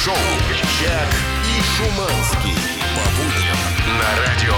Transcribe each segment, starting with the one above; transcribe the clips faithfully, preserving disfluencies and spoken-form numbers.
шоу «Чак и Шуманский». По будням на радио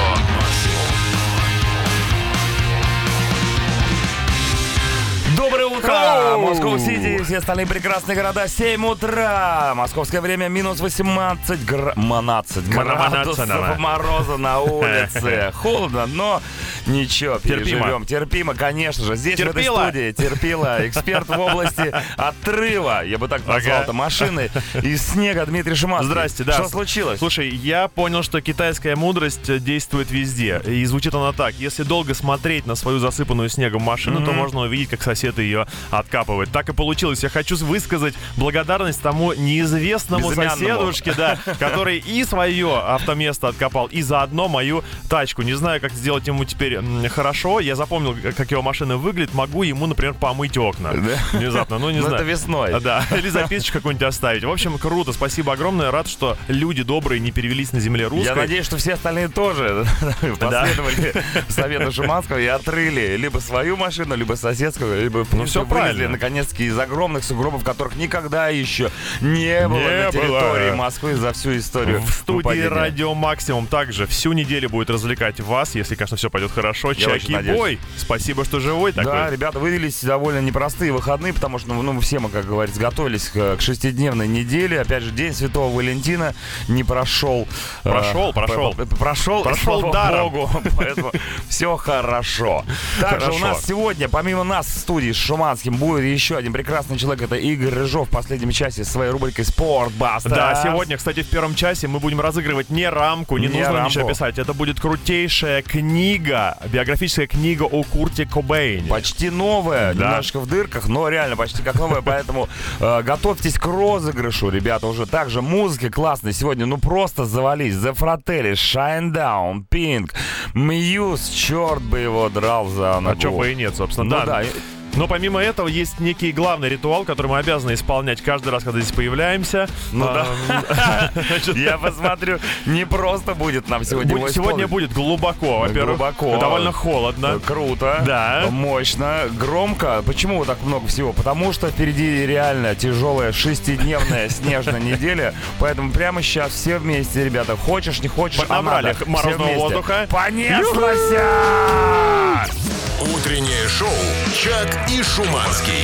Доброе утро! Москва-Сити и все остальные прекрасные города. семь утра. Московское время минус восемнадцать гра... монадцать градусов мороза на улице. Холодно, но ничего, переживем. Терпимо, конечно же. Здесь Терпила. в этой студии терпила эксперт в области отрыва, я бы так назвал это, машины из снега Дмитрий Шуманский. Здрасте, да. Что случилось? Слушай, я понял, что китайская мудрость действует везде. И звучит она так. Если долго смотреть на свою засыпанную снегом машину, mm-hmm. то можно увидеть, как сосед ее откапывает. Так и получилось. Я хочу высказать благодарность тому неизвестному соседушке, да, который и свое автоместо откопал, и заодно мою тачку. Не знаю, как сделать ему теперь хорошо. Я запомнил, как его машина выглядит. Могу ему, например, помыть окна. Да? Внезапно, ну не ну, знаю. это весной. Да, или записочку какую-нибудь оставить. В общем, круто. Спасибо огромное. Рад, что люди добрые не перевелись на земле русской. Я надеюсь, что все остальные тоже последовали совету Шуманского и отрыли либо свою машину, либо соседскую, либо ну, все правильно. Наконец-таки из огромных сугробов, которых никогда еще не было не на территории было. Москвы за всю историю. В студии выпадения. Радио Максимум также всю неделю будет развлекать вас, если, конечно, все пойдет хорошо. Чаки-бой, спасибо, что живой такой. Да, ребята, выявились довольно непростые выходные, потому что, ну, все мы, как говорится, готовились к, к шестидневной неделе. Опять же, День Святого Валентина не прошел. Прошел, э, прошел. Прошел, прошел слава даром. Богу, поэтому все хорошо. Также у нас сегодня, помимо нас в студии с Шуманским, будет еще один прекрасный человек. Это Игорь Рыжов в последнем часе своей рубрикой «Спортбастер». Да, сегодня, кстати, в первом часе мы будем разыгрывать не рамку, не, не нужно рамку. Ничего писать. Это будет крутейшая книга, биографическая книга о Курте Кобейне. Почти новая, да. Немножко в дырках, но реально почти как новая, поэтому э, готовьтесь к розыгрышу, ребята, уже также музыка классная сегодня, ну просто завались. The Fratelli, Shinedown, Pink, Muse, черт бы его драл за ногу. А чё бы и нет, собственно, ну, да. да. Но помимо этого есть некий главный ритуал, который мы обязаны исполнять каждый раз, когда здесь появляемся. Ну да. Я посмотрю, не просто будет нам сегодня. Сегодня будет глубоко, во-первых. Глубоко. Довольно холодно. Круто. Да. Мощно. Громко. Почему так много всего? Потому что впереди реально тяжелая шестидневная снежная неделя. Поэтому прямо сейчас все вместе, ребята. Хочешь, не хочешь, а надо. Морозного воздуха. Понеслась! Утреннее шоу «Чак и Шуманский».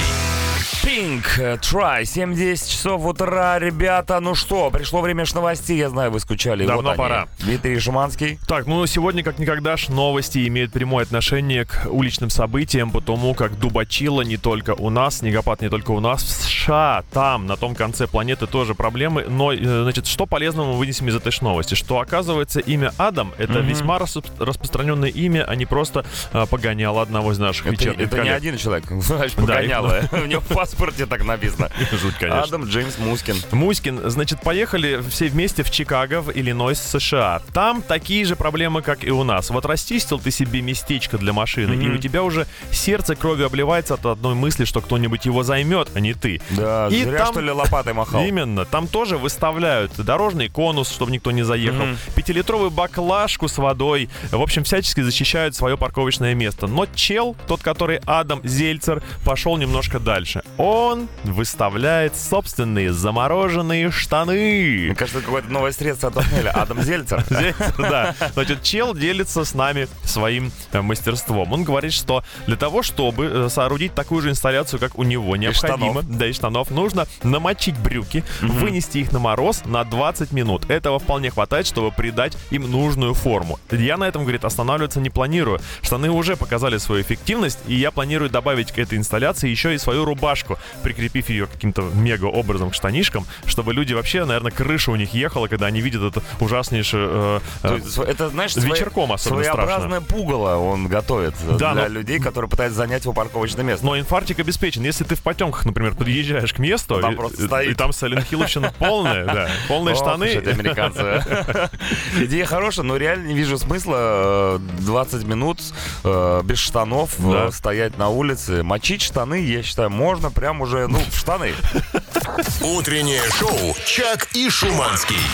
Pink, Try, семь-десять часов утра, ребята. Ну что, пришло время ж новостей, я знаю, вы скучали. Давно вот пора. Дмитрий Шуманский. Так, ну сегодня как никогда ж новости имеют прямое отношение к уличным событиям, потому как дубачило не только у нас, снегопад не только у нас, в США, там, на том конце планеты тоже проблемы. Но, значит, что полезного мы вынесем из этой ж новости? Что, оказывается, имя Адам — это mm-hmm. весьма расп- распространенное имя, а не просто а, погоняло одного из наших это, вечерних это коллег. не один человек, знаешь, погоняло. У него в паспорте так написано. Жуть, конечно. Адам Джеймс Мускин. Мускин, значит, поехали все вместе в Чикаго, в Иллинойс, США. Там такие же проблемы, как и у нас. Вот расчистил ты себе местечко для машины, mm-hmm. и у тебя уже сердце кровью обливается от одной мысли, что кто-нибудь его займет, а не ты. Да, и зря, там, что ли, лопатой махал. Именно. Там тоже выставляют дорожный конус, чтобы никто не заехал, mm-hmm. пятилитровую баклажку с водой. В общем, всячески защищают свое парковочное место. Но чел, тот, который Адам Зельцер, пошел немножко дальше. Он выставляет собственные замороженные штаны. Мне кажется, какое-то новое средство от отеля. Адам Зельцер. Зельцер, да. Значит, чел делится с нами своим э, мастерством. Он говорит, что для того, чтобы э, соорудить такую же инсталляцию, как у него, необходимо, да, и штанов, нужно намочить брюки, mm-hmm. вынести их на мороз на двадцать минут. Этого вполне хватает, чтобы придать им нужную форму. Я на этом, говорит, останавливаться не планирую. Штаны уже показали свою эффективность, и я планирую добавить к этой инсталляции еще и свою рубашку, прикрепив ее каким-то мега-образом к штанишкам, чтобы люди вообще, наверное, крыша у них ехала, когда они видят это ужаснейшее э, э, это, знаешь, вечерком свои, особенно своеобразное страшно. пугало он готовит да, для но... людей, которые пытаются занять его парковочное место. Но инфарктик обеспечен. Если ты в потемках, например, подъезжаешь к месту, там и, просто и, стоит. и там Silent Hill'овщина полная, да, полные штаны. Эти американцы. Идея хорошая, но реально не вижу смысла двадцать минут без штанов стоять на улице. Мочить штаны, я считаю, можно прям уже, ну, в штаны. Утреннее шоу «Чак и Шуманский».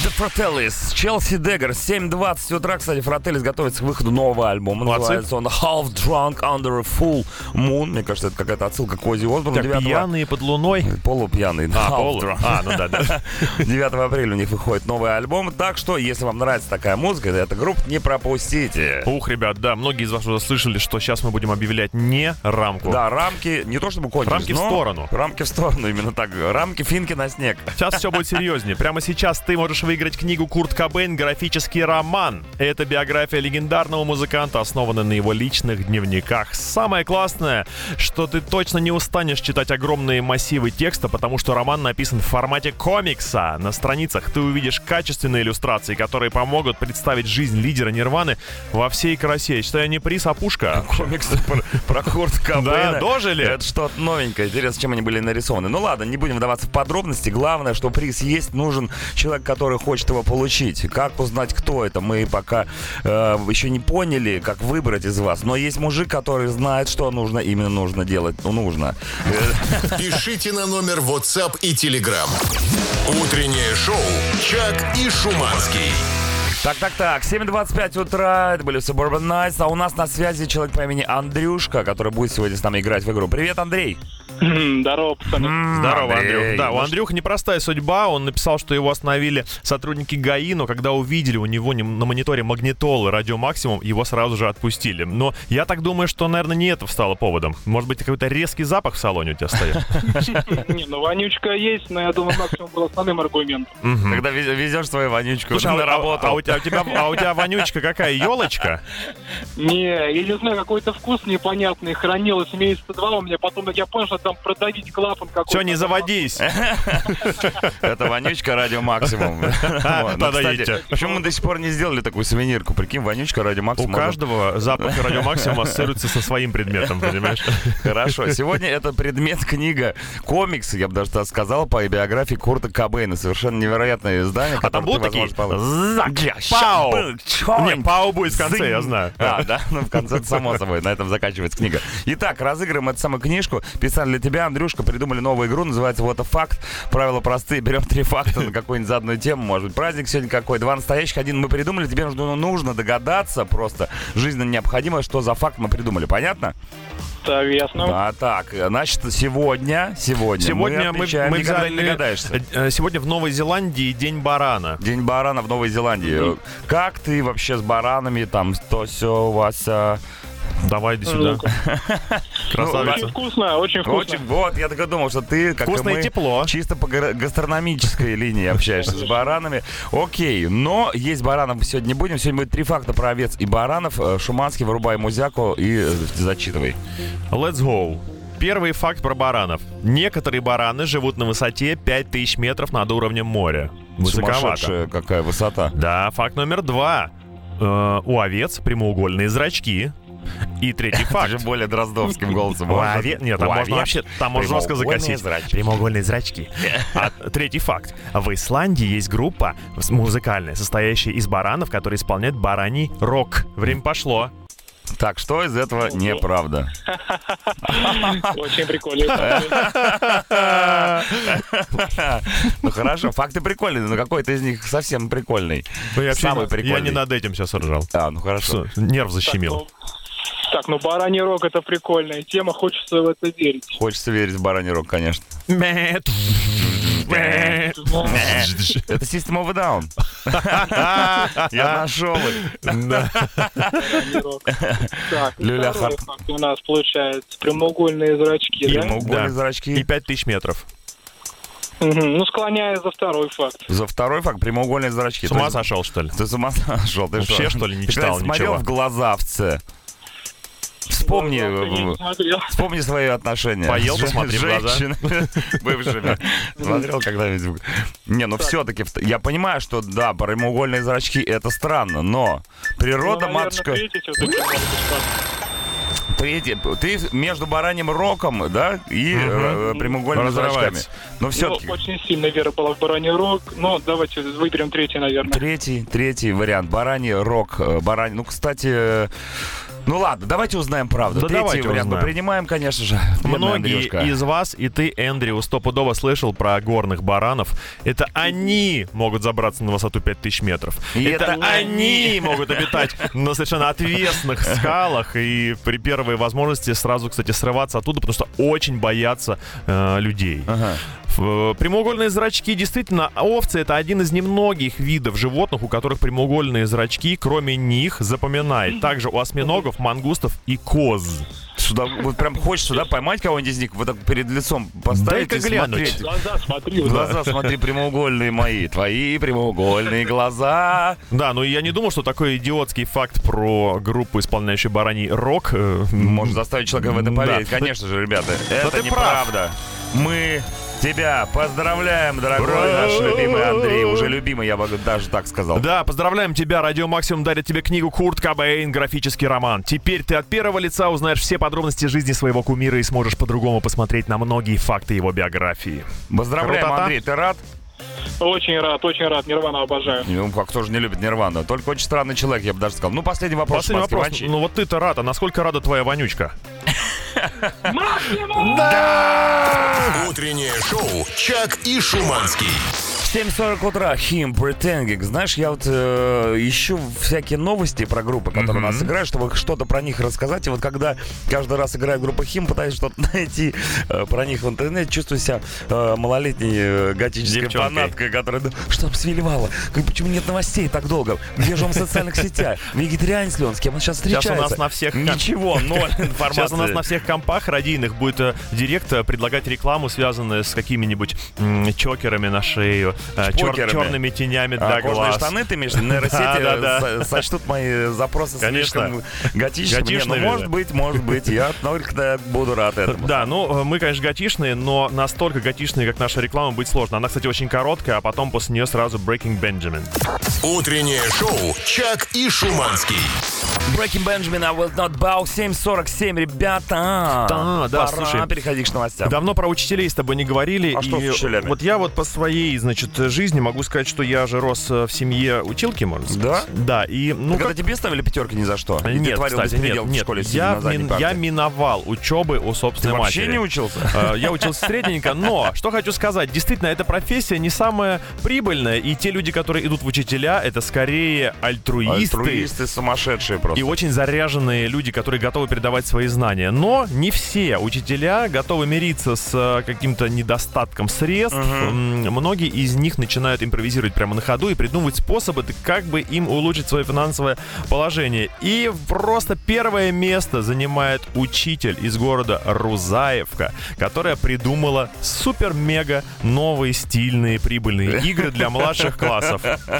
The Fratellis, Челси Дэггер, семь двадцать утра. Кстати, Fratellis готовится к выходу нового альбома. Называется он Half Drunk Under a Full Moon. Мне кажется, это какая-то отсылка к Оззи Осборну. Так, пьяные под луной? Полупьяный. А, полу. А, ну да, да. девятого апреля у них выходит новый альбом. Так что, если вам нравится такая музыка, эта группа, не пропустите. Ух, ребят, да, многие из вас уже слышали, что сейчас мы будем объявлять не рамку. Да, рамки, не то чтобы кончились, рамки в сторону. Рамки в сторону, именно так. Рамки, финки на снег. Сейчас все будет серьезнее. Прямо сейчас ты можешь выиграть книгу Курт Кобейн «Графический роман». Это биография легендарного музыканта, основанная на его личных дневниках. Самое классное, что ты точно не устанешь читать огромные массивы текста, потому что роман написан в формате комикса. На страницах ты увидишь качественные иллюстрации, которые помогут представить жизнь лидера Нирваны во всей красе. Я считаю, не приз, а пушка. Комиксы про, про Курта Кобейна. Да, дожили. Это что-то новенькое. Интересно, чем они были нарисованы. Ну ладно, не будем вдаваться в подробности. Главное, что приз есть, нужен человек, который хочет его получить. Как узнать, кто это, мы пока э, еще не поняли, как выбрать из вас. Но есть мужик, который знает, что нужно, именно нужно делать. Ну, нужно. Пишите на номер WhatsApp и Telegram. Утреннее шоу «Чак и Шуманский». Так-так-так, семь двадцать пять утра, это были Suburban Nights, а у нас на связи человек по имени Андрюшка, который будет сегодня с нами играть в игру. Привет, Андрей! Здорово, пацаны. Здорово, Андрей. Андрюх. Да, у Ну, Андрюха непростая судьба. Он написал, что его остановили сотрудники ГАИ, но когда увидели у него на мониторе магнитолы радио Максимум, его сразу же отпустили. Но я так думаю, что, наверное, не это стало поводом. Может быть, какой-то резкий запах в салоне у тебя стоит? Не, ну вонючка есть, но я думаю, Максимум был основным аргументом. Когда вез- везешь свою вонючку Слушай, на а, работу. а у тебя, а у тебя, а у тебя вонючка какая? Елочка? Не, я не знаю, какой-то вкус непонятный, хранилось месяца два у меня, потом я понял, что там продавить клапан какой-то. Все, не заводись. Это вонючка радио Максимум. Вот. Ну, кстати, почему мы до сих пор не сделали такую сувенирку? Прикинь, вонючка радио У Максимум. каждого запах радио Максимум ассоциируется со своим предметом, понимаешь? Хорошо. Сегодня это предмет книга, комикс, я бы даже так сказал, по биографии Курта Кобейна. Совершенно невероятное издание. А там будут такие получить. Пау! Не, пау будет в конце, я знаю. А, да? Ну, в конце, само собой. На этом заканчивается книга. Итак, разыгрываем эту самую книжку. Писали для тебя, Андрюшка, придумали новую игру, называется «Вот a факт». Правила простые. Берем три факта на какую-нибудь заданную тему. Может быть, праздник сегодня какой. Два настоящих, один мы придумали. Тебе нужно, нужно догадаться просто. Жизненно необходимо, что за факт мы придумали. Понятно? Так, ясно. А так, значит, сегодня, сегодня, Сегодня мы мы, отвечаем, мы никогда взяли, не догадаешься. э, сегодня в Новой Зеландии день барана. День барана в Новой Зеландии. Как ты вообще с баранами, там, то все, Вася? Давай иди сюда. Ну-ка. Красавица. Очень вкусно, очень вкусно. Очень, вот, я так и думал, что ты, как Вкусно и и мы, тепло. чисто по гра- гастрономической линии общаешься с баранами. Окей, но есть баранов сегодня не будем. Сегодня будет три факта про овец и баранов. Э, Шуманский, вырубай музяку и э, зачитывай. Let's go. Первый факт про баранов. Некоторые бараны живут на высоте пять тысяч метров над уровнем моря. Высоковато. Сумасшедшая какая высота. Да, факт номер два. Э, у овец прямоугольные зрачки. И третий факт. Ты же более дроздовским голосом. У ове- Нет, там У можно овец вообще, там можно жестко прямоугольные закосить. зрачки. Прямоугольные зрачки. А третий факт. В Исландии есть группа с- музыкальная, состоящая из баранов, которые исполняют бараний рок. Время пошло. Так, что из этого неправда? Очень прикольно. Ну хорошо, факты прикольные, но какой-то из них совсем прикольный. Ну, я, вообще- Самый я прикольный. не над этим сейчас ржал. А, ну хорошо. Всё, нерв Так, защемил. ну, Так, ну бараний рог это прикольная тема, хочется в это верить. Хочется верить в бараний рог, конечно. Мэт. Мэт. Это System of a Down. Я нашел их. Да. Бараний рог. Так, и Люля второй Харт. факт у нас получается прямоугольные зрачки, да? Прямоугольные Да. зрачки. И пять тысяч метров. Мгм. Ну, склоняюсь за второй факт. За второй факт прямоугольные зрачки. С ума То есть- сошел, что ли? Ты с ума сошел? Ты Вообще, что ли, не Ты читал когда смотрел ничего? в глаза в С? Вспомни, Да, да, я не э, смотрел. вспомни свои отношения. Поел, с посмотри в глаза. женщинами бывшими. Смотрел когда-нибудь? Не, ну все-таки, я понимаю, что да, прямоугольные зрачки это странно, но природа, Ну, наверное, матушка... третий всё-таки может быть факт. Третий, ты между бараньим роком, да, и э, прямоугольными Разрывается. зрачками. Но все-таки... Ну, очень сильная вера была в бараний рог. Но давайте выберем третий, наверное. Третий, третий вариант. Бараний рог. э, Бараний. Ну, кстати, э, Ну ладно, давайте узнаем правду. Да, Третий давайте вариант мы узнаем. принимаем, конечно же. Бедный Многие Андрюшка. из вас, и ты, Эндрю, стопудово слышал про горных баранов. Это они могут забраться на высоту пять тысяч метров. И это это они могут обитать на совершенно отвесных скалах и при первой возможности сразу, кстати, срываться оттуда, потому что очень боятся э, людей. Ага. В- Прямоугольные зрачки, действительно, овцы — это один из немногих видов животных, у которых прямоугольные зрачки, кроме них, запоминай, также у осьминогов, мангустов и коз. Сюда, вот прям хочешь сюда поймать кого-нибудь из них, вот так перед лицом поставить Дай-ка и глянуть. смотреть. Глаза смотри. В глаза смотри, прямоугольные мои, твои прямоугольные глаза. Да, ну я не думал, что такой идиотский факт про группу, исполняющую бараний рок, э, Может заставить человека в это да. поверить. Конечно же, ребята, это ты неправда. Мы тебя поздравляем, дорогой Ура! наш любимый Андрей. Уже любимый, я бы даже так сказал. Да, поздравляем тебя, Радио Максимум дарит тебе книгу Курт Кобейн, графический роман. Теперь ты от первого лица узнаешь все подробности жизни своего кумира и сможешь по-другому посмотреть на многие факты его биографии. Поздравляем, Крутота. Андрей, ты рад? Очень рад, очень рад. Нирвану обожаю. Ну, как кто же не любит Нирвану? Только очень странный человек, я бы даже сказал. Ну, последний вопрос. Последний Шуманский, вопрос. Иванчи. Ну вот ты-то рад, а насколько рада твоя вонючка? Утреннее шоу «Чак и Шуманский». семь сорок утра, Him Pretending. Знаешь, я вот э, ищу всякие новости про группы, которые у нас играют, чтобы что-то про них рассказать. И вот когда каждый раз играет группа Him, пытаюсь что-то найти э, про них в интернете, чувствую себя э, малолетней э, готической Девчонкой. фанаткой, которая... «Да что там с Вильвала? Как, почему нет новостей так долго? Где же он в социальных сетях? Вегетарианец ли он? С кем он сейчас встречается?» Сейчас у нас на всех... Ничего, ноль информации. Сейчас у нас на всех компах радийных будет э, директ э, предлагать рекламу, связанную с какими-нибудь м, чокерами на шею, э, чер- Шпокерами. черными тенями для А, кожаные глаз. штаны ты имеешь? Нейросети Да, да, да. со- сочтут мои запросы Конечно. слишком готичными. Не, ну, Готичными, может да. быть, может быть. Я только буду рад этому. Да, ну, э, мы, конечно, готишные, но настолько готишные, как наша реклама, быть сложно. Она, кстати, очень короткая, а потом после нее сразу Breaking Benjamin. Утреннее шоу «Чак и Шуманский». Breaking Benjamin, I will not bow. семь сорок семь, ребята. Да, да, Пора слушай. переходить к новостям. Давно про учителей с тобой не говорили. А что и с учителями? Вот я вот по своей, значит, жизни могу сказать, что я же рос э, в семье училки, можно сказать. Да? Да, и, ну, Так это как... тебе ставили пятерки ни за что? И ты Нет, творил кстати, беспредел нет, в нет. школе, сидя Я, на задней мин- парте? я миновал учебы у Ты собственной вообще матери. не учился? Э, Я учился средненько, но что хочу сказать, действительно, эта профессия не самая прибыльная, и те люди, которые идут в учителя, это скорее альтруисты. Альтруисты сумасшедшие просто. И очень заряженные люди, которые готовы передавать свои знания. Но не все учителя готовы мириться с э, каким-то недостатком средств. М, Многие из них начинают импровизировать прямо на ходу и придумывать способы, как бы им улучшить свое финансовое положение. И просто первое место занимает учитель из города Рузаевка, которая придумала супер-мега новые стильные прибыльные игры для младших классов.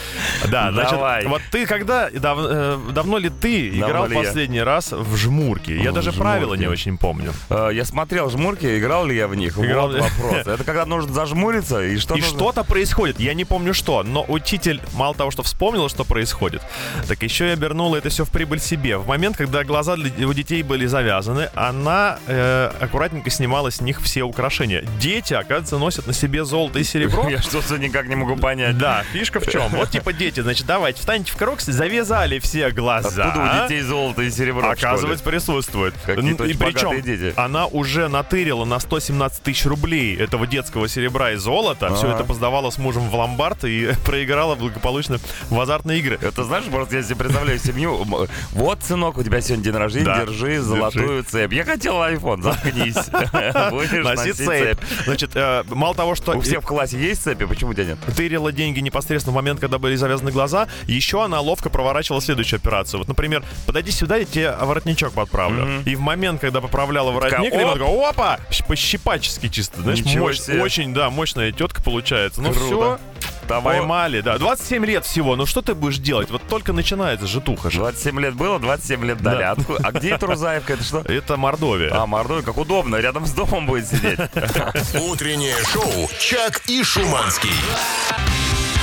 Да, значит, Давай. вот ты когда, дав- э, давно ли ты Давно играл ли я? последний раз в жмурки? Я В даже правила жмурки. не очень помню. Э, Я смотрел «Жмурки», играл ли я в них? Играл Вот ли? вопрос. Это когда нужно зажмуриться, и что И нужно? что-то происходит, я не помню что, но учитель мало того, что вспомнил, что происходит, так еще и обернула это все в прибыль себе. В момент, когда глаза для- у детей были завязаны, она э, аккуратненько снимала с них все украшения. Дети, оказывается, носят на себе золото и серебро. Я что-то никак не могу понять. Да, фишка в чем? Вот типа дети, значит, давайте, встаньте в кроксы, завязали все глаза. Откуда у детей золото и серебро? Оказывается, присутствует. Какие-то Н- очень и причем богатые дети. она уже натырила на сто семнадцать тысяч рублей этого детского серебра и золота. Все Ага. это поздавала с мужем в ломбард и проиграла благополучно в азарные игры. Это знаешь, просто я себе представляю семью. М, Вот, сынок, у тебя сегодня день рождения, Да, держи золотую цепь. Я хотел айфон, заткнись. Будешь Носи носить цепь. Значит, э, мало того, что У всех в классе есть цепи, почему у тебя нет? тырила деньги непосредственно в момент, когда были завязаны глаза, еще она ловко проворачивала следующую операцию. Вот, например, подойди сюда, я тебе воротничок подправлю. Мгм. И в момент, когда поправляла воротник, Такая, ребенок такой, опа! Щ- По-щипачески чисто. Знаешь, Ничего мощь- себе. очень, да, мощная тетка получается. Ну Круто. все, Того- поймали, да. двадцать семь лет всего, ну что ты будешь делать? Вот только начинается житуха же. двадцать семь лет было, двадцать семь лет дали. Да. Откуда- А где это Рузаевка? Это что? Это Мордовия. А, Мордовия, как удобно, рядом с домом будет сидеть. Утреннее шоу «Чак и Шуманский».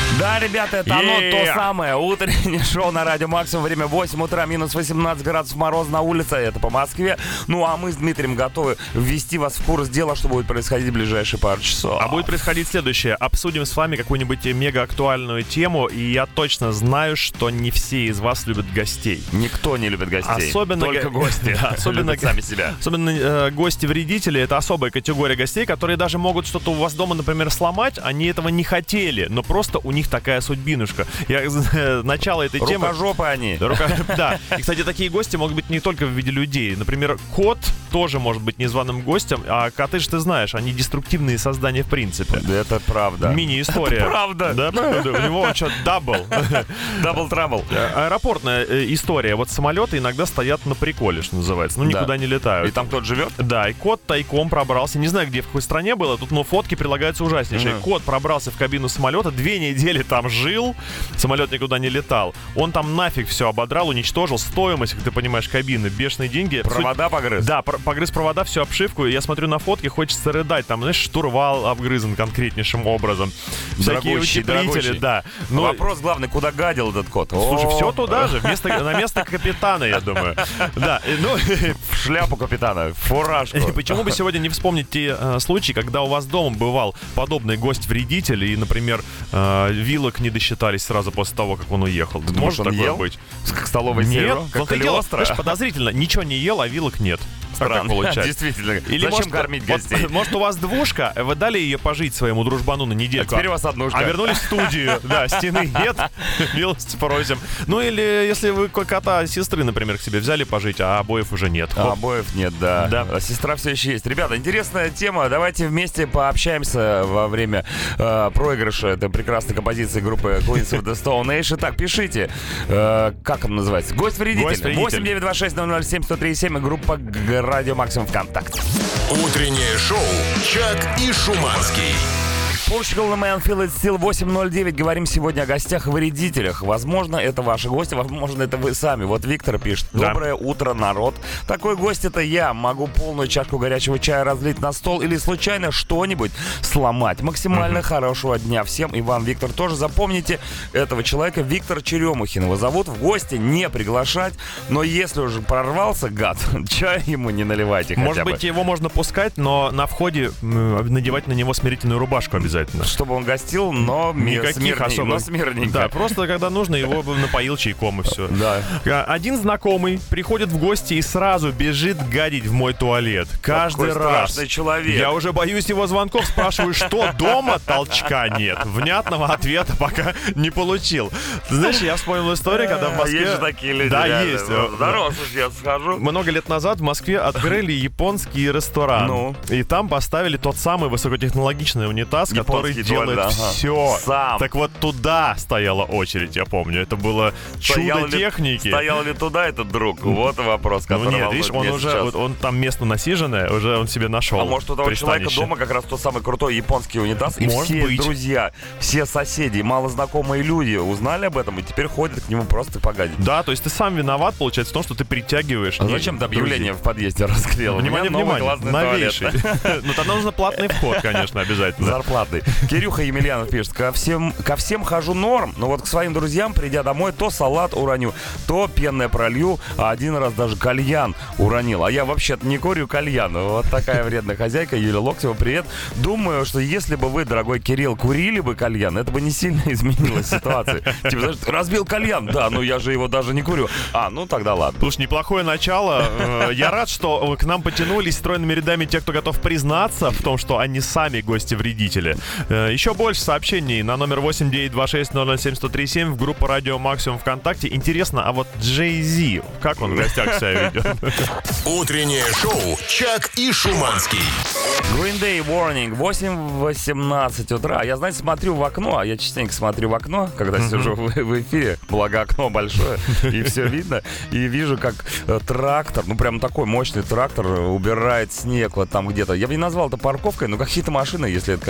Да, ребята, это оно, Yeah. то самое. Утреннее шоу на Радио Максимум. Время восемь утра, минус восемнадцать градусов мороза на улице. Это по Москве. Ну, а мы с Дмитрием готовы ввести вас в курс дела, что будет происходить в ближайшие пару часов. А будет происходить следующее. Обсудим с вами какую-нибудь мега актуальную тему, и я точно знаю, что не все из вас любят гостей. Никто не любит гостей. Особенно Только го- гости. Да, особенно Любят сами себя. Особенно э, гости-вредители — это особая категория гостей, которые даже могут что-то у вас дома, например, сломать. Они этого не хотели, но просто у них такая судьбинушка. Я, э, начало этой темы... Рукожопы они. Рука... Да. И, кстати, такие гости могут быть не только в виде людей. Например, кот тоже может быть незваным гостем, а коты же, ты знаешь, они деструктивные создания в принципе. Это правда. Мини-история. Это правда. Да, правда. У него он что, дабл. Дабл трабл. Аэропортная э, история. Вот самолеты иногда стоят на приколе, что называется. Ну, никуда Да. не летают. И там кто-то живет? Да, и кот тайком пробрался. Не знаю, где, в какой стране было. Тут, ну, фотки прилагаются ужаснейшие. Мгм. Кот пробрался в кабину самолета, две недели там жил. Самолет никуда не летал. Он там нафиг все ободрал, уничтожил. Стоимость, как ты понимаешь, кабины, бешеные деньги. Провода погрыз? Да, пр- погрыз провода, всю обшивку. И я смотрю на фотки, хочется рыдать. Там, знаешь, штурвал обгрызан конкретнейшим образом. Всякие Дорогущий, утеплители, дорогущий. да. Но, Вопрос главный, куда гадил этот кот? слушай, О, все туда же, вместо, на место капитана, я думаю. Да, и, ну, в шляпу капитана, в фуражку. И почему бы сегодня не вспомнить те э, случаи, когда у вас дома бывал подобный гость-вредитель, и, например, э, вилок не досчитались сразу после того, как он уехал? Ты думаешь, Может он такое ел? быть? Как столовое Нет, серебро? он Как то и дело, Калиостро? знаешь, подозрительно. Ничего не ел, а вилок нет. Как так Странно. получается? Действительно. Или Зачем может, кормить вот, гостей? может, у вас двушка, вы дали ее пожить своему дружбану на А недельку, теперь у вас однушка. а вернулись в студию. Да, стены нет, милости просим. Ну или если вы кота сестры, например, к себе взяли пожить, а обоев уже нет. А Хоп. обоев нет, да. Да. А сестра все еще есть. Ребята, интересная тема. Давайте вместе пообщаемся во время э, проигрыша этой прекрасной композиции группы Queens of the Stone Age. Итак, пишите, э, как он называется? Гость-вредитель. Гость-вредитель. восемь девятьсот двадцать шесть ноль ноль семь сто три семь и группа Г- Радио Максимум ВКонтакте. Утреннее шоу «Чак и Шуманский». Portugal Man Feel It Still восемь ноль девять. Говорим сегодня о гостях и вредителях. Возможно, это ваши гости, возможно, это вы сами. Вот Виктор пишет. Да. Доброе утро, народ. Такой гость это я. Могу полную чашку горячего чая разлить на стол или случайно что-нибудь сломать. Максимально Мгм. хорошего дня всем. И вам, Виктор, тоже запомните этого человека. Виктор Черемухин его зовут. В гости не приглашать. Но если уже прорвался, гад, чай ему не наливайте хотя Может бы. быть, его можно пускать, но на входе м, надевать на него смирительную рубашку обязательно. Чтобы он гостил, но мир Никаких смирней- особо. но смирненько. Да, просто когда нужно, его бы напоил чайком и все. Да. Один знакомый приходит в гости и сразу бежит гадить в мой туалет. Каждый Какой раз. страшный человек. Я уже боюсь его звонков, спрашиваю, что дома, толчка нет. Внятного ответа пока не получил. Ты знаешь, я вспомнил историю, когда в Москве... Есть же такие люди. Да, реально. есть. Здорово, слушай, я схожу. Много лет назад в Москве открыли японский ресторан. Ну? И там поставили тот самый высокотехнологичный унитаз, который Японский делает туалет, ага. все. Сам. Так вот туда стояла очередь, я помню. Это было Стоял чудо ли- техники. Стоял ли туда этот друг? Вот вопрос, Ну который нет, волнует видишь, он меня уже, сейчас. вот он там место насиженное, уже он себе нашел. А может, у того человека пристанище. дома как раз тот самый крутой японский унитаз, и Может все быть. друзья, все соседи, малознакомые люди узнали об этом и теперь ходят к нему просто погадить. Да, то есть ты сам виноват, получается, в том, что ты притягиваешь. А не зачем ты друзей. объявление в подъезде расклеил? У Внимание, меня новый внимание, классный туалет. новейший. Ну тогда нужно платный вход, конечно, обязательно. Зарплатный. Кирюха Емельянов пишет, ко всем, ко всем хожу норм, но вот к своим друзьям, придя домой, то салат уроню, то пенное пролью, а один раз даже кальян уронил. А я вообще-то не курю кальян. Вот такая вредная хозяйка Юлия Локтева, привет. Думаю, что если бы вы, дорогой Кирилл, курили бы кальян, это бы не сильно изменило ситуацию. Типа, знаешь, разбил кальян, да, ну я же его даже не курю. А, ну тогда ладно. Слушай, неплохое начало. Э, Я рад, что к нам потянулись стройными рядами те, кто готов признаться в том, что они сами гости-вредители. Э, Еще больше сообщений на номер восемь девять два шесть ноль ноль семь сто три семь в группу Радио Максимум ВКонтакте. Интересно, а вот Джей Зи, как он в гостях себя ведет? Утреннее шоу «Чак и Шуманский». Green Day Warning, восемь восемнадцать утра. Я, знаете, смотрю в окно, а я частенько смотрю в окно, когда сижу в, в эфире, благо окно большое, и все видно. И вижу, как э, трактор, ну прям такой мощный трактор убирает снег вот там где-то. Я бы не назвал это парковкой, но какие-то машины, если это, конечно,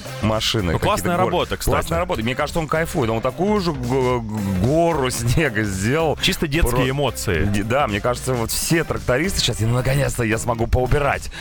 машины. Ну, классная гор... работа, кстати. Классная работа. Мне кажется, он кайфует. Он такую же гору снега сделал. Чисто детские Про... эмоции. Да, мне кажется, вот все трактористы сейчас, ну, наконец-то я смогу поубирать,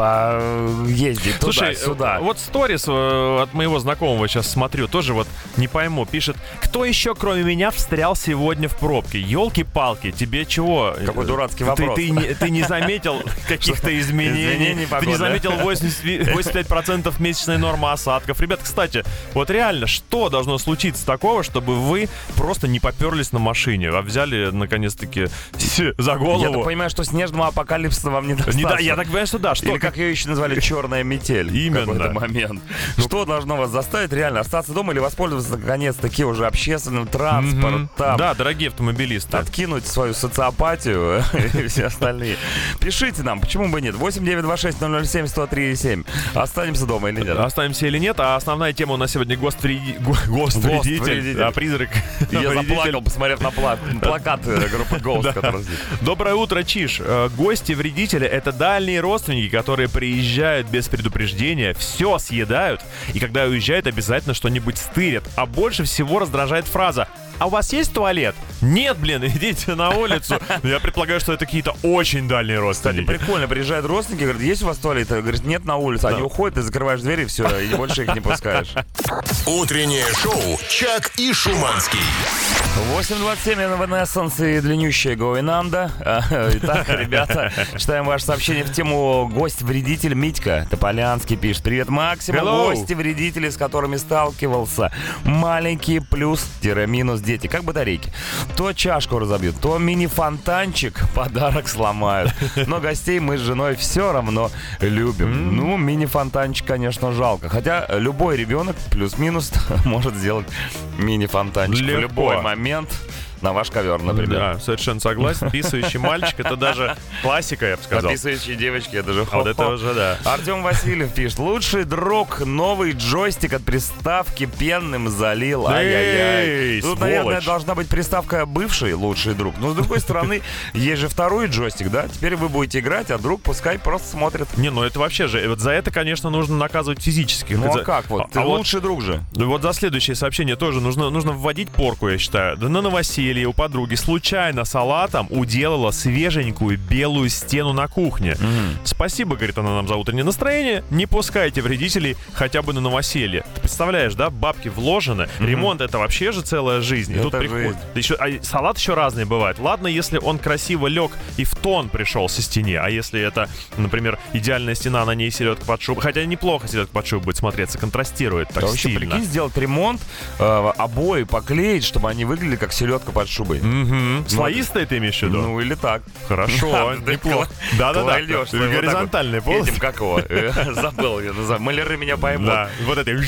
поездить туда-сюда. Вот сторис от моего знакомого сейчас смотрю, тоже вот не пойму, пишет: кто еще, кроме меня, встрял сегодня в пробке? Ёлки-палки, тебе чего? Какой дурацкий вопрос. Ты, ты, не, ты не заметил каких-то изменений? Ты не заметил восемьдесят пять процентов месячной нормы осадков? Ребят, кстати, вот реально, что должно случиться такого, чтобы вы просто не поперлись на машине, а взяли, наконец-таки, за голову? Я так понимаю, что снежного апокалипсиса вам не достаточно. Не, да, я так понимаю, что да. Что, Или как ее еще назвали, черная метель. Именно. В какой-то момент. Ну, что должно вас заставить реально остаться дома или воспользоваться, наконец-таки, уже общественным транспортом? Mm-hmm. Да, дорогие автомобилисты. Откинуть свою социопатию и все остальные. Пишите нам, почему бы нет. восемь девятьсот двадцать шесть ноль ноль семь сто три семь. Останемся дома или нет? Останемся или нет. А основная тема у нас сегодня гость-вредитель. А призрак. Я заплакал, посмотрев на плакат группы Ghost, который здесь. Доброе утро, Чиш. Гости-вредители — это дальние родственники, которые приезжают без предупреждения, все съедают, и когда уезжают, обязательно что-нибудь стырят. А больше всего раздражает фраза: а у вас есть туалет? Нет, блин, идите на улицу. Я предполагаю, что это какие-то очень дальние родственники. Кстати, прикольно, приезжают родственники, говорят: есть у вас туалет? Говорит: нет, на улице. Они уходят, ты закрываешь дверь, и все, и больше их не пускаешь. Утреннее шоу «Чак и Шуманский». восемь двадцать семь, Evanescence и длиннющая Going Under. Итак, ребята, читаем ваше сообщение в тему гость-вредитель. Митька Тополянский пишет: привет, Максимум. Гости-вредители, с которыми сталкивался. Маленькие плюс-минус дети, как батарейки. То чашку разобьют, то мини-фонтанчик подарок сломают. Но гостей мы с женой все равно любим. Mm. Ну, мини-фонтанчик, конечно, жалко. Хотя любой ребенок плюс-минус может сделать мини-фонтанчик в любой момент. На ваш ковер, например. Да, совершенно согласен. Писающий мальчик — это даже классика, я бы сказал. А писающие девочки — это же хоп-хоп. Вот это уже, да. Артем Васильев пишет: лучший друг новый джойстик от приставки пенным залил. Ай-яй-яй. Тут, наверное, должна быть приставка бывший лучший друг. Но, с другой стороны, есть же второй джойстик, да? Теперь вы будете играть, а друг пускай просто смотрит. Не, ну это вообще же, вот за это, конечно, нужно наказывать физически. Ну за... а как вот? Ты а лучший вот, друг же. Вот за следующее сообщение тоже нужно, нужно вводить порку, я считаю. Да на новоселье у подруги случайно салатом уделала свеженькую белую стену на кухне. Mm-hmm. Спасибо, говорит она нам, за утреннее настроение. Не пускайте вредителей хотя бы на новоселье. Ты представляешь, да? Бабки вложены. Mm-hmm. Ремонт — это вообще же целая жизнь. И тут приходит. Еще, а салат еще разный бывает. Ладно, если он красиво лег и в тон пришел со стене. А если это, например, идеальная стена, на ней селедка под шубой. Хотя неплохо селедка под шубой будет смотреться, контрастирует так да стильно. Вообще, прикинь, сделать ремонт, э, обои поклеить, чтобы они выглядели как селедка под шубой. Угу. Слоистые ты имеешь в виду? Ну или так. Хорошо, неплохо. Да-да-да. Горизонтальный пол. Этим как его? Забыл я. Маляры меня поймут. Да, вот это.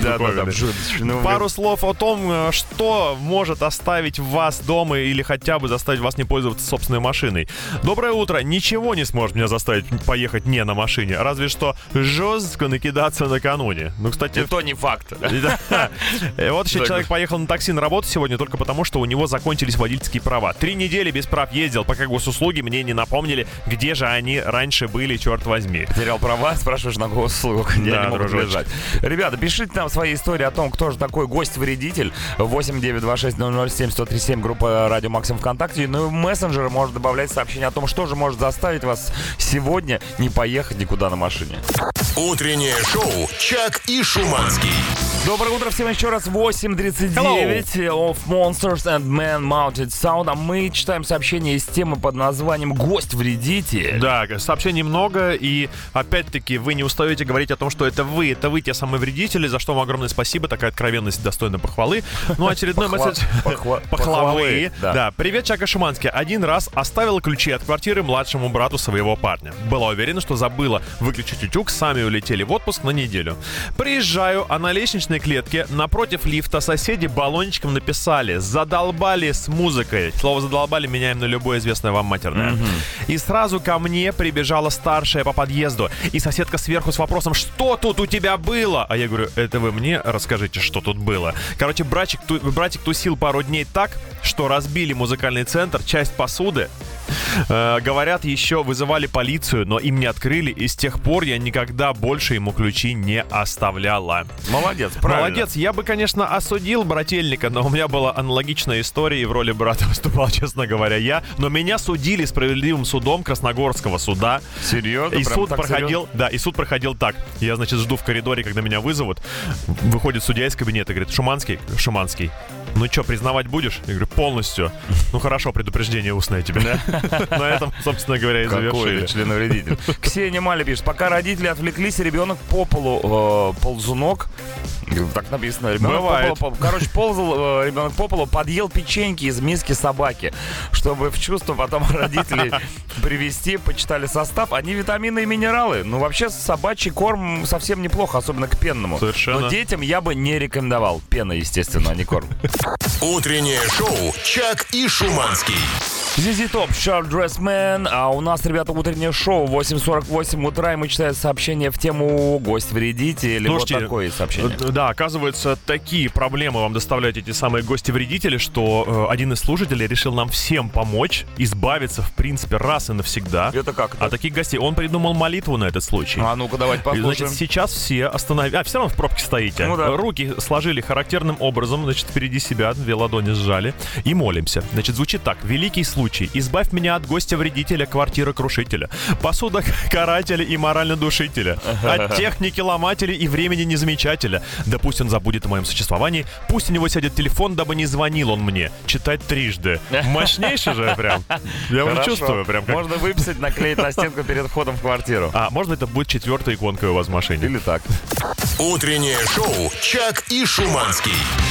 Пару слов о том, что может оставить вас дома или хотя бы заставить вас не пользоваться собственной машиной. Доброе утро. Ничего не сможет меня заставить поехать не на машине. Разве что жестко накидаться накануне. Ну, кстати... Это не факт. Вот еще человек поехал на такси на работу сегодня только потому, что у него закончились водительские права. Три недели без прав ездил, пока госуслуги мне не напомнили, где же они раньше были, черт возьми. Потерял права, спрашиваешь на госуслугу, где да, они могут лежать. Ребята, пишите нам свои истории о том, кто же такой гость-вредитель. восемь девятьсот двадцать шесть ноль ноль семь сто тридцать семь, группа Радио Максимум ВКонтакте. Ну и в мессенджер можно добавлять сообщение о том, что же может заставить вас сегодня не поехать никуда на машине. Утреннее шоу «Чак и Шуманский». Доброе утро всем еще раз. восемь тридцать девять of Monsters and Men Mounted Sound. А мы читаем сообщение из темы под названием «Гость-вредитель». Да, сообщений много. И опять-таки вы не устаете говорить о том, что это вы. Это вы те самые вредители, за что вам огромное спасибо. Такая откровенность достойна похвалы. Ну, очередной месседж похвалы. Да. Привет, Чак и Шуманский. Один раз оставила ключи от квартиры младшему брату своего парня. Была уверена, что забыла выключить утюг. Сами улетели в отпуск на неделю. Приезжаю, а на лестничной клетке напротив лифта соседи баллончиком написали: задолбали с музыкой. Слово задолбали меняем на любое известное вам матерное. Mm-hmm. И сразу ко мне прибежала старшая по подъезду. И соседка сверху с вопросом: что тут у тебя было? А я говорю: это вы мне расскажите, что тут было. Короче, братик, ту, братик тусил пару дней так, что разбили музыкальный центр, часть посуды. Э, говорят, еще вызывали полицию, но им не открыли, и с тех пор я никогда больше ему ключи не оставляла. Молодец, правильно. Молодец. Я бы, конечно, осудил брательника, но у меня была аналогичная история, и в роли брата выступал, честно говоря, я. Но меня судили справедливым судом Красногорского суда. Серьезно? И Прям суд так проходил, серьезно? да, и суд проходил так. Я, значит, жду в коридоре, когда меня вызовут. Выходит судья из кабинета и говорит: Шуманский, Шуманский, ну что, признавать будешь? Я говорю: полностью. Ну хорошо, предупреждение устное тебе. На этом, собственно говоря, и завершили. Какой членовредитель. Ксения Маля пишет: пока родители отвлеклись, ребенок по полу, э, ползунок. Так написано. Ребенок Бывает. по полу, по- короче, ползал э, ребенок по полу, подъел печеньки из миски собаки, чтобы в чувство потом родителей привести, почитали состав. Они витамины и минералы. Ну, вообще, собачий корм совсем неплохо, особенно к пенному. Совершенно. Но детям я бы не рекомендовал. Пена, естественно, а не корм. Утреннее шоу «Чак и Шуманский». Зизи Топ, Short Dress Man. А у нас, ребята, утреннее шоу восемь сорок восемь утра, и мы читаем сообщение в тему «Гость-вредитель». Слушайте, вот такое сообщение. Да, оказывается, такие проблемы вам доставляют эти самые гости-вредители, что э, один из слушателей решил нам всем помочь избавиться, в принципе, раз и навсегда Это как? от таких гостей. Он придумал молитву на этот случай. А ну-ка, давайте И, послушаем. значит, сейчас все остановились. А, все равно в пробке стоите. Ну да. Руки сложили характерным образом, значит, впереди себя, две ладони сжали и молимся. Значит, звучит так. Великий случай. Избавь меня от гостя-вредителя, квартира-крушителя, посуда-карателя и морально-душителя, от техники-ломателя и времени-незамечателя. Да пусть он забудет о моем существовании, пусть у него сядет телефон, дабы не звонил он мне. Читать трижды. Мощнейший же прям. Я уже Хорошо. чувствую прям как... Можно выписать, наклеить на стенку перед входом в квартиру. А, может быть, это будет четвертая иконка у вас в машине. Или так. Утреннее шоу «Чак и Шуманский».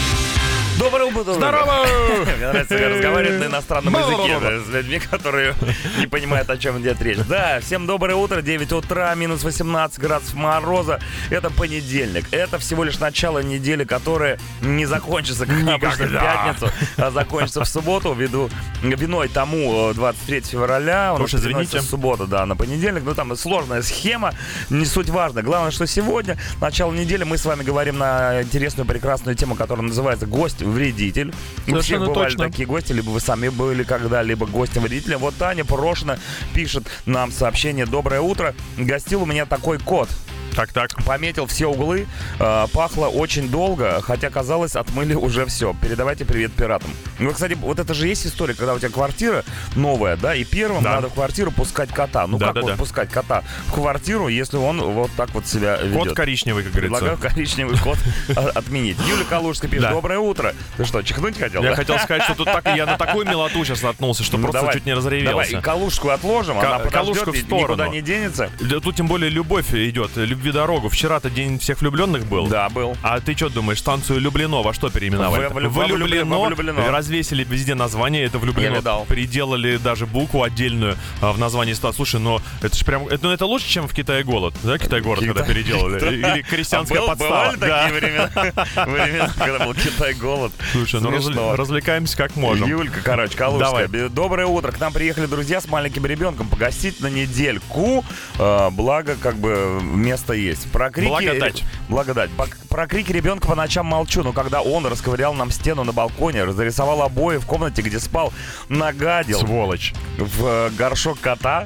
Доброе утро. Здорово! Мне нравится разговаривать на иностранном языке да, с людьми, которые не понимают, о чем идет речь. Да, всем доброе утро, девять утра, минус восемнадцать градусов мороза. Это понедельник. Это всего лишь начало недели, которая не закончится, как обычно, в пятницу, а закончится в субботу. Ввиду виной тому двадцать третьего февраля. У нас Уж извините. Суббота, да, на понедельник. Ну, там сложная схема, не суть важно. Главное, что сегодня, начало недели, мы с вами говорим на интересную, прекрасную тему, которая называется «Гость-вредитель». У всех бывали точно. такие гости, либо вы сами были когда-либо гостем-вредителем. Вот Таня Порошина пишет нам сообщение: «Доброе утро. Гостил у меня такой кот. Так-так. Пометил все углы, э, пахло очень долго, хотя, казалось, отмыли уже все. Передавайте привет пиратам». Ну, кстати, вот это же есть история, когда у тебя квартира новая, да, и первым Да. надо в квартиру пускать кота. Ну, Да, как да, вот да. пускать кота в квартиру, если он вот так вот себя ведет? Кот коричневый, как говорится. Предлагаю коричневый кот а- отменить. Юля Калужская пишет: Да. «Доброе утро». Ты что, чихнуть хотел? Я да? хотел сказать, что тут так я на такую милоту сейчас наткнулся, что Ну, просто давай, чуть не Давай, разревелся. и Калужскую отложим, Ка- она подождет, Калужку в и сторону. никуда не денется. Да тут тем более любовь идет, любви дорогу. Вчера-то день всех влюбленных был. Да, был. А ты что думаешь, станцию «Влюблено» во что переименовали? В- влю- во влюблено, во влюблено. Развесили везде название, это «Влюблено». Я видал. Переделали даже букву отдельную а, в названии станции. Слушай, ну это же прям, это, ну, это лучше, чем в Китае голод. Да, Китай-город, когда Китай- переделали. Или крестьянская А был- подстава. Бывали Да. такие времена, времена, когда был Китай-голод. Слушай, ну Смешно. развле- развлекаемся как можем. Юлька, короче, Калужская. Давай. Доброе утро. К нам приехали друзья с маленьким ребенком погостить на недельку. Э, благо, как бы, место есть. Про крики... Благодать. Благодать. По- Про крики ребенка по ночам молчу, но когда он расковырял нам стену на балконе, разрисовал обои в комнате, где спал, нагадил Сволочь. в э, горшок кота,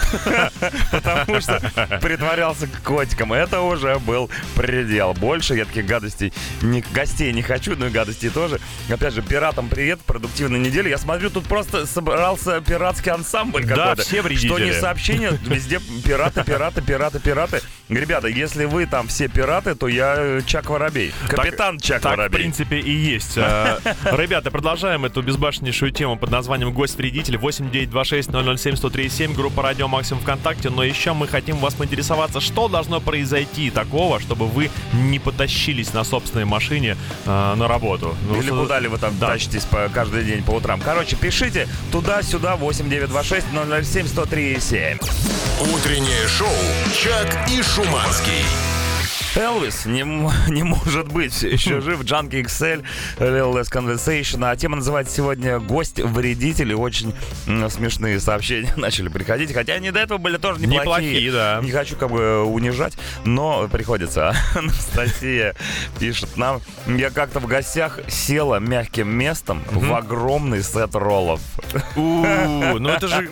потому что притворялся котиком. Это уже был предел. Больше я таких гадостей, не, гостей не хочу, но и гадостей тоже. Опять же, пиратам привет, продуктивной недели. Я смотрю, тут просто собрался пиратский ансамбль Да, какой-то. все вредители. Что не сообщение, везде пираты, пираты, пираты, пираты. Ребята, если вы там все пираты, то я э, Чак Воробей. Капитан Так- Чак так, в Воробей. принципе, и есть. Э, Ребята, продолжаем эту безбашеннейшую тему под названием «Гость-вредитель». восемь девять два шесть ноль ноль семь сто три семь, группа «Радио Максимум» ВКонтакте. Но еще мы хотим вас поинтересоваться, что должно произойти такого, чтобы вы не потащились на собственной машине э, на работу. Ну, Или что- куда ли вы там Да. тащитесь по, каждый день по утрам. Короче, пишите туда-сюда восемь девять два шесть ноль ноль семь сто три семь. Утреннее шоу «Чак и Шуманский». Элвис не, не может быть еще жив. Junkie икс эль, Little Less Conversation. А тема называется сегодня «Гость-вредитель». И очень м, смешные сообщения начали приходить. Хотя они до этого были тоже неплохие. Неплохие, да. Не хочу как бы унижать, но приходится. Анастасия пишет нам: я как-то в гостях села мягким местом mm-hmm. в огромный сет роллов. У-у-у, ну это же...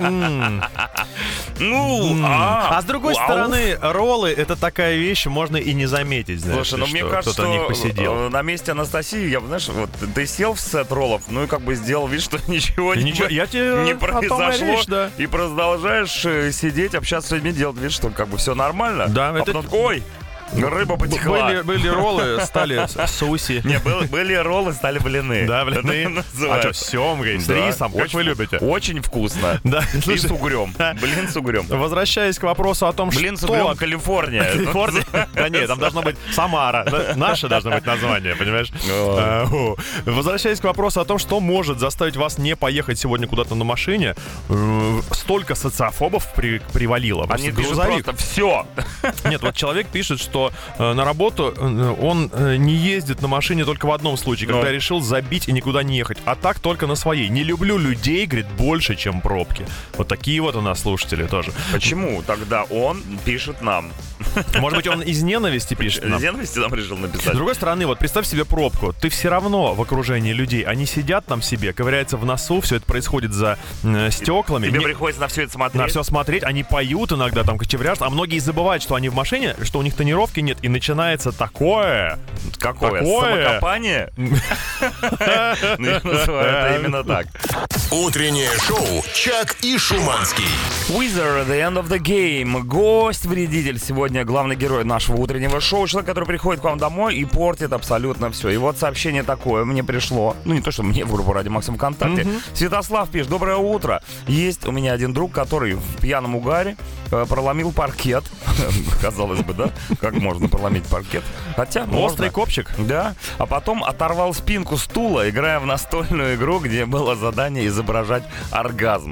Ну, а с другой стороны, роллы — это такая вещь, можно и не заметить, знаешь. Слушай, ну мне кажется, что на месте Анастасии, я, знаешь, вот ты сел в сет роллов, ну и как бы сделал вид, что ничего, ничего не, я тебе не произошло, речь, да. И продолжаешь сидеть, общаться с людьми, делать вид, что как бы все нормально. Да, а это... потом, ой, рыба потекла. Были, были роллы, стали суси. Не, были, были роллы, стали блины. Да, блины. А что, с семгой, с да, рисом, как вы любите? Очень вкусно. Да. И с угрем. Блин с угрем. Возвращаясь к вопросу о том, блин что... Блин с угрем, Калифорния. Калифорния? Да нет, там должно быть Самара. Наше должно быть название, понимаешь? Возвращаясь к вопросу о том, что может заставить вас не поехать сегодня куда-то на машине, столько социофобов привалило. Они пишут просто все. Нет, вот человек пишет, что на работу он не ездит на машине только в одном случае, когда Но. решил забить и никуда не ехать. А так только на своей. Не люблю людей, говорит, больше, чем пробки. Вот такие вот у нас слушатели тоже. Почему тогда он пишет нам? Может быть, он из ненависти пишет нам? Из ненависти нам решил написать. С другой стороны, вот представь себе пробку. Ты все равно в окружении людей. Они сидят там себе, ковыряются в носу, все это происходит за э, стеклами. Тебе не... приходится на все это смотреть. На все смотреть. Они поют иногда, там, кочевряжут. А многие забывают, что они в машине, что у них тонировки нет. И начинается такое... Какое? Такое? Самокопание? Ну, я называю это именно так. Утреннее шоу «Чак и Шуманский». Wizard, the end of the game. Гость-вредитель сегодня главный герой нашего утреннего шоу. Человек, который приходит к вам домой и портит абсолютно все. И вот сообщение такое мне пришло. Ну, не то, что мне в группу Радио Максимум ВКонтакте. Mm-hmm. Святослав пишет: доброе утро. Есть у меня один друг, который в пьяном угаре э, проломил паркет. Казалось бы, да? Как можно проломить паркет? Хотя острый копчик. Да. А потом оторвал спинку стула, играя в настольную игру, где было задание изображать оргазм.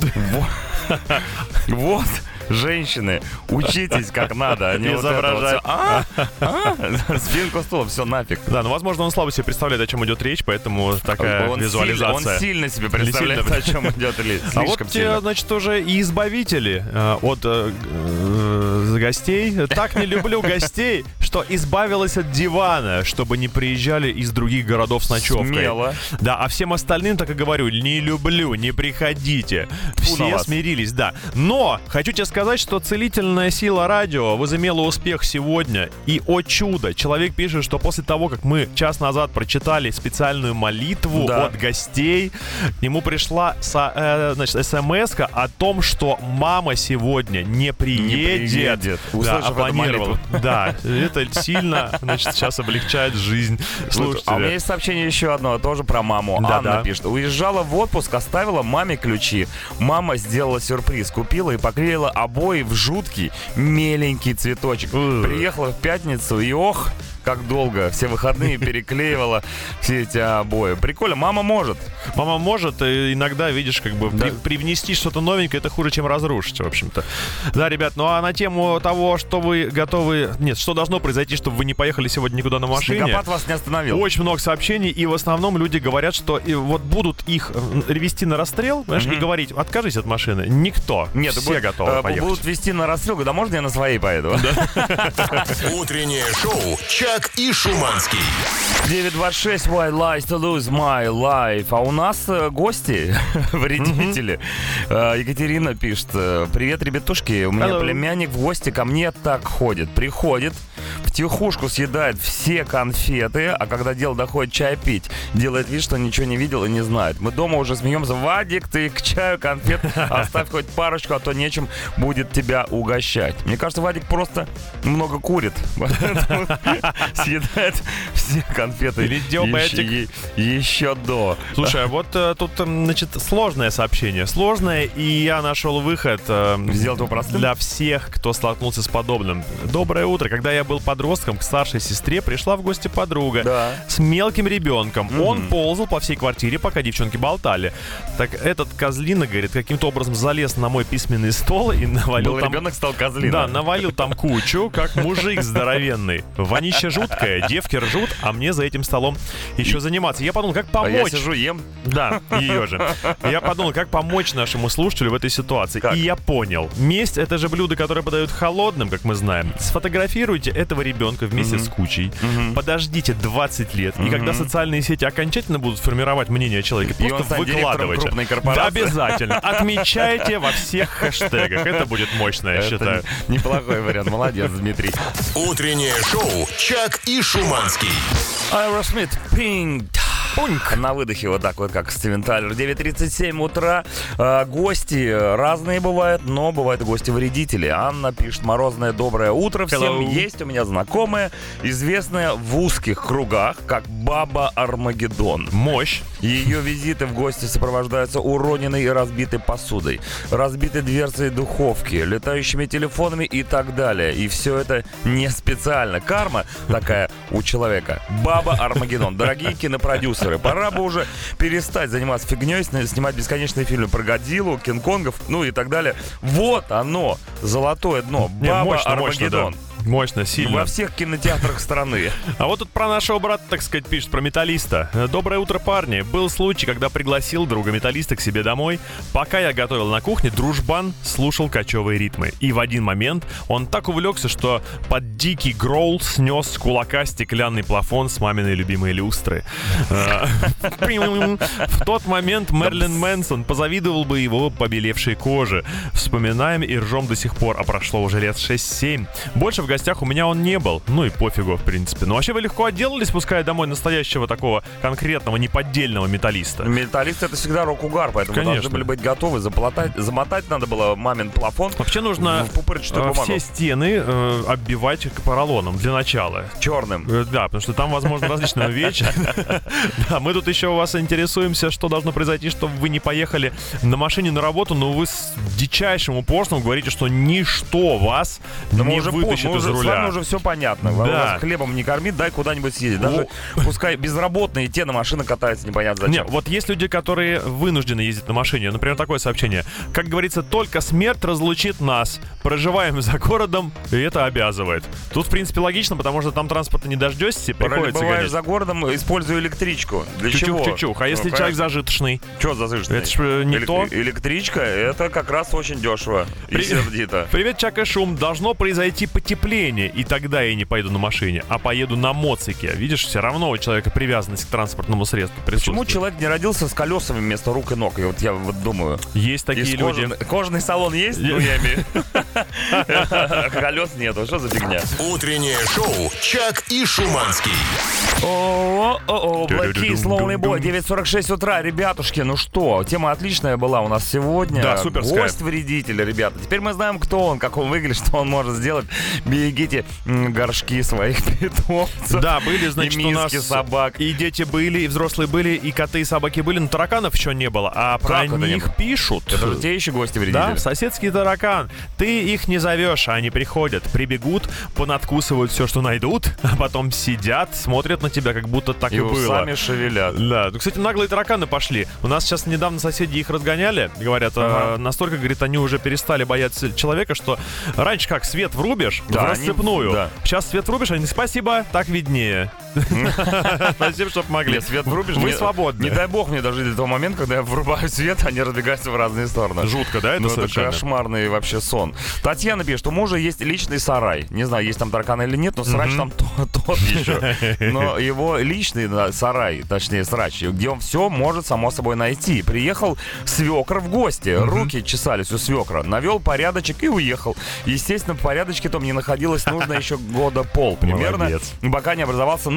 Вот. Женщины, учитесь как надо, а не изображать. А? А? Спинку стула, все нафиг. Да, ну, возможно, он слабо себе представляет, о чем идет речь, поэтому такая он визуализация. Сильно, он сильно себе представляет, сильно. О чем идет речь. А вот те, значит, уже и избавители э, от э, э, гостей. Так не люблю гостей, что избавилась от дивана, чтобы не приезжали из других городов с ночевкой. Смело. Да, а всем остальным так и говорю: не люблю, не приходите. Все смирились, да. Но хочу тебе сказать, сказать, что целительная сила радио возымела успех сегодня. И, о чудо, человек пишет, что после того, как мы час назад прочитали специальную молитву да. от гостей, ему пришла со, э, значит, смс-ка о том, что мама сегодня не приедет. Не приедет. Да, абонировала. Да, это сильно, значит, сейчас облегчает жизнь слушателя. А у меня есть сообщение еще одно, тоже про маму. Да, Анна да. пишет: уезжала в отпуск, оставила маме ключи. Мама сделала сюрприз, купила и поклеила обои в жуткий меленький цветочек. Приехала в пятницу и ох, как долго все выходные переклеивала все эти обои. Прикольно, мама может. Мама может, и иногда, видишь, как бы да. при, привнести что-то новенькое, это хуже, чем разрушить, в общем-то. Да, ребят, ну а на тему того, что вы готовы... Нет, что должно произойти, чтобы вы не поехали сегодня никуда на машине. Снегопад вас не остановил. Очень много сообщений, и в основном люди говорят, что и вот будут их вести на расстрел, знаешь, mm-hmm. и говорить: откажись от машины. Никто. Нет, все будет, готовы э, поехать. Будут вести на расстрел, да можно я на своей поеду? Утреннее шоу «Чак и Шуманский». девять двадцать шесть Why lies to lose my life. А у нас э, гости, вредители. Mm-hmm. Э, Екатерина пишет: привет, ребятушки, у меня Hello. племянник в гости ко мне так ходит. Приходит, втихушку съедает все конфеты, а когда дело доходит чай пить, делает вид, что ничего не видел и не знает. Мы дома уже смеемся: Вадик, ты к чаю конфет оставь хоть парочку, а то нечем будет тебя угощать. Мне кажется, Вадик просто много курит. съедает все конфеты. Или диабетик. Еще, еще до. Слушай, а вот э, тут, значит, сложное сообщение. Сложное, и я нашел выход э, Сделать его простым? Для всех, кто столкнулся с подобным. Доброе утро. Когда я был подростком, к старшей сестре пришла в гости подруга да. с мелким ребенком. Mm-hmm. Он ползал по всей квартире, пока девчонки болтали. Так этот козлина, говорит, каким-то образом залез на мой письменный стол и навалил был там... ребенок стал козлином. Да, навалил там кучу, как мужик здоровенный. Вонища жуткая, девки ржут, а мне за этим столом еще заниматься. Я подумал, как помочь. А я сижу, ем. Да, ее же. Я подумал, как помочь нашему слушателю в этой ситуации. Как? И я понял. Месть — это же блюдо, которое подают холодным, как мы знаем. Сфотографируйте этого ребенка вместе mm-hmm. с кучей. Mm-hmm. Подождите двадцать лет. Mm-hmm. И когда социальные сети окончательно будут формировать мнение о человеке, и просто выкладывайте. Да, обязательно. Отмечайте во всех хэштегах. Это будет мощно, я это считаю. Неплохой вариант. Молодец, Дмитрий. Утреннее шоу «Чак и Шуманский». Aerosmith, Pink. Пуньк. На выдохе вот так вот, как Стивен Тайлер. девять тридцать семь утра. Э, гости разные бывают, но бывают и гости-вредители. Анна пишет: морозное доброе утро всем. Hello. Есть у меня знакомая, известная в узких кругах, как Баба Армагеддон. Мощь. Ее визиты в гости сопровождаются уроненной и разбитой посудой, разбитой дверцей духовки, летающими телефонами и так далее. И все это не специально. Карма такая у человека. Баба Армагеддон. Дорогие кинопродюсеры, пора бы уже перестать заниматься фигней, снимать бесконечные фильмы про Годзиллу, Кинг-Конгов, ну и так далее. Вот оно, золотое дно. Не, Баба мощно, Армагеддон. мощно, да. Мощно, сильно. Во всех кинотеатрах страны. А вот тут про нашего брата, так сказать, пишет, про металлиста. Доброе утро, парни. Был случай, когда пригласил друга металлиста к себе домой. Пока я готовил на кухне, дружбан слушал кочевые ритмы. И в один момент он так увлекся, что под дикий гроул снес с кулака стеклянный плафон с маминой любимой люстры. В тот момент Мерлин Мэнсон позавидовал бы его побелевшей коже. Вспоминаем и ржем до сих пор, а прошло уже лет шесть-семь. Больше в гостях у меня он не был. Ну и пофигу, в принципе. Но вообще вы легко отделались, пуская домой настоящего такого конкретного, неподдельного металлиста. Металлист — это всегда рок-угар, поэтому Конечно. должны были быть готовы. Заплатать, замотать надо было мамин плафон. Вообще нужно в пупырчатую э, бумагу. все стены э, оббивать поролоном для начала. Черным. Э, да, потому что там, возможно, различные вещи. Да, мы тут еще у вас интересуемся, что должно произойти, чтобы вы не поехали на машине на работу, но вы с дичайшим упорством говорите, что ничто вас не вытащит из С руля. вами уже все понятно. Да. Вас хлебом не кормит, дай куда-нибудь съездить. Даже О. пускай безработные, те на машины катаются, непонятно зачем. Нет, вот есть люди, которые вынуждены ездить на машине. Например, такое сообщение. Как говорится, только смерть разлучит нас. Проживаем за городом, и это обязывает. Тут, в принципе, логично, потому что там транспорта не дождешься, приходится Бываешь гонять. за городом, используя электричку. Для чего? Чучух-чучух. А если Ну, человек зажиточный? Что зажиточный? Это ж э, не Элек- то. Электричка — это как раз очень дешево и При- сердито. Привет, Чак и Шум. Должно произойти потепление, и тогда я не пойду на машине, а поеду на моцике. Видишь, все равно у человека привязанность к транспортному средству присутствует. Почему человек не родился с колесами вместо рук и ног? И вот я вот думаю. Есть такие Из люди. кожаный, кожаный салон есть? Ну, я имею. Колес нету. Что за фигня? Утреннее шоу «Чак и Шуманский». О-о-о, Black Keys, Lonely Boy, девять сорок шесть утра. Ребятушки, ну что, тема отличная была у нас сегодня. Да, суперская. Гость-вредитель, ребята. Теперь мы знаем, кто он, как он выглядит, что он может сделать. Берегите м, горшки своих питомцев. Да, были, значит, и у нас миски собак. и дети были, и взрослые были, и коты, и собаки были, но тараканов еще не было. А про Как это не них было? пишут. Это же те еще гости-вредители. Да, соседский таракан. Ты их не зовешь, а они приходят, прибегут, понадкусывают все, что найдут, а потом сидят, смотрят на тебя, как будто так и, И было. усами шевелят. Да, ну, кстати, наглые тараканы пошли. У нас сейчас недавно соседи их разгоняли. Говорят, Ага. э, настолько, говорит, они уже перестали бояться человека, что раньше как свет врубишь Да, в они- расцепную. да. Сейчас свет врубишь, они спасибо, так виднее. Спасибо, что помогли. Нет, свет врубишь. Вы мне- свободны. Не дай бог мне дожить до того момента, когда я врубаю свет, они разбегаются в разные стороны. Жутко, да, это Ну, это совершенно? кошмарный вообще сон. Татьяна пишет, у мужа есть личный сарай. Не знаю, есть там тараканы или нет, но срач там то- тот еще. Но его личный да, сарай, точнее срач, где он все может само собой найти. Приехал свекр в гости, руки чесались у свекра, навел порядочек и уехал. Естественно, в порядочке там не находилось нужно еще года пол примерно, Молодец. пока не образовался новый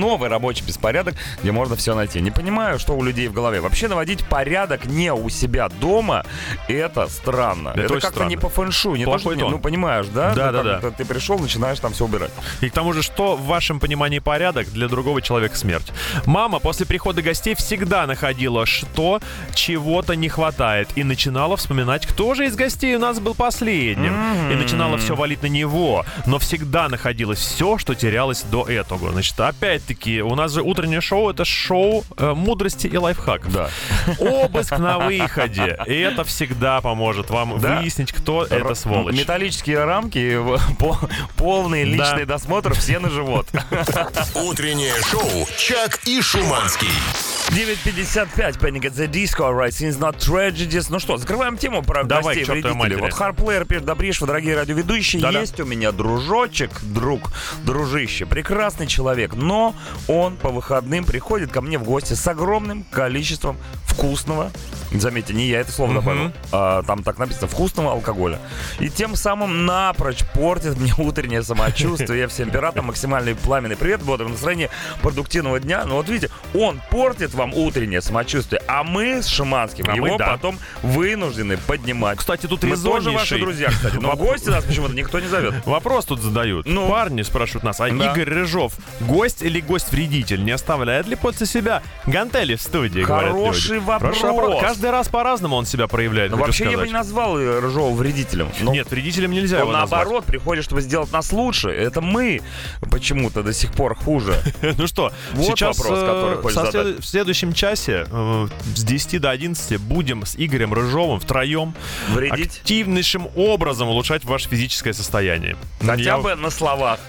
новый рабочий беспорядок, где можно все найти. Не понимаю, что у людей в голове. Вообще наводить порядок не у себя дома, это странно. Это, это как-то странно. Не по фэншуй, не Плохой то, что, ну понимаешь, да? Да, ну, да, да. Ты пришел, начинаешь там все убирать. И к тому же, что в вашем понимании порядок, для другого человека смерть. Мама после прихода гостей всегда находила, что чего-то не хватает, и начинала вспоминать, кто же из гостей у нас был последним. Mm-hmm. И начинала все валить на него, но всегда находилось все, что терялось до этого. Значит, опять-таки, у нас же утреннее шоу — это шоу э, мудрости и лайфхаков. Да. Обыск на выходе. И это всегда поможет вам да? выяснить, кто Р- это сволочь. Металлические рамки, полный личный да. досмотр, все на живот. Утреннее шоу «Чак и Шуманский». девять пятьдесят пять, Panic at the Disco, right, since not tragedies. Ну что, закрываем тему про Давай, гостей вредителей. Вот Харплеер пишет: Добрейшего, дорогие радиоведущие, Да-да. есть у меня дружочек, друг, дружище, прекрасный человек, но он по выходным приходит ко мне в гости с огромным количеством вкусного, заметьте, не я это слово добавил, mm-hmm. а, там так написано, вкусного алкоголя. И тем самым напрочь портит мне утреннее самочувствие. Я всем пиратам максимальный пламенный привет, бодрое настроение, продуктивного дня. Ну вот видите, он портит вам утреннее самочувствие, а мы с Шуманским а его мы, да. потом вынуждены поднимать. Кстати, тут мы резоннейший. тоже ваши друзья, кстати, но гости нас почему-то никто не зовет. Вопрос тут задают. Ну, парни спрашивают нас, а да. Игорь Рыжов гость или гость-вредитель? Не оставляет ли после себя гантели в студии? Хороший вопрос. Хороший вопрос. Каждый раз по-разному он себя проявляет. Ну, вообще сказать. Я бы не назвал Рыжова вредителем. Но Нет, вредителем нельзя он его назвать. наоборот приходит, чтобы сделать нас лучше. Это мы почему-то до сих пор хуже. Ну что, сейчас в следующем часе с десяти до одиннадцати будем с Игорем Рыжовым втроем вредить активнейшим образом улучшать ваше физическое состояние. Хотя бы на словах.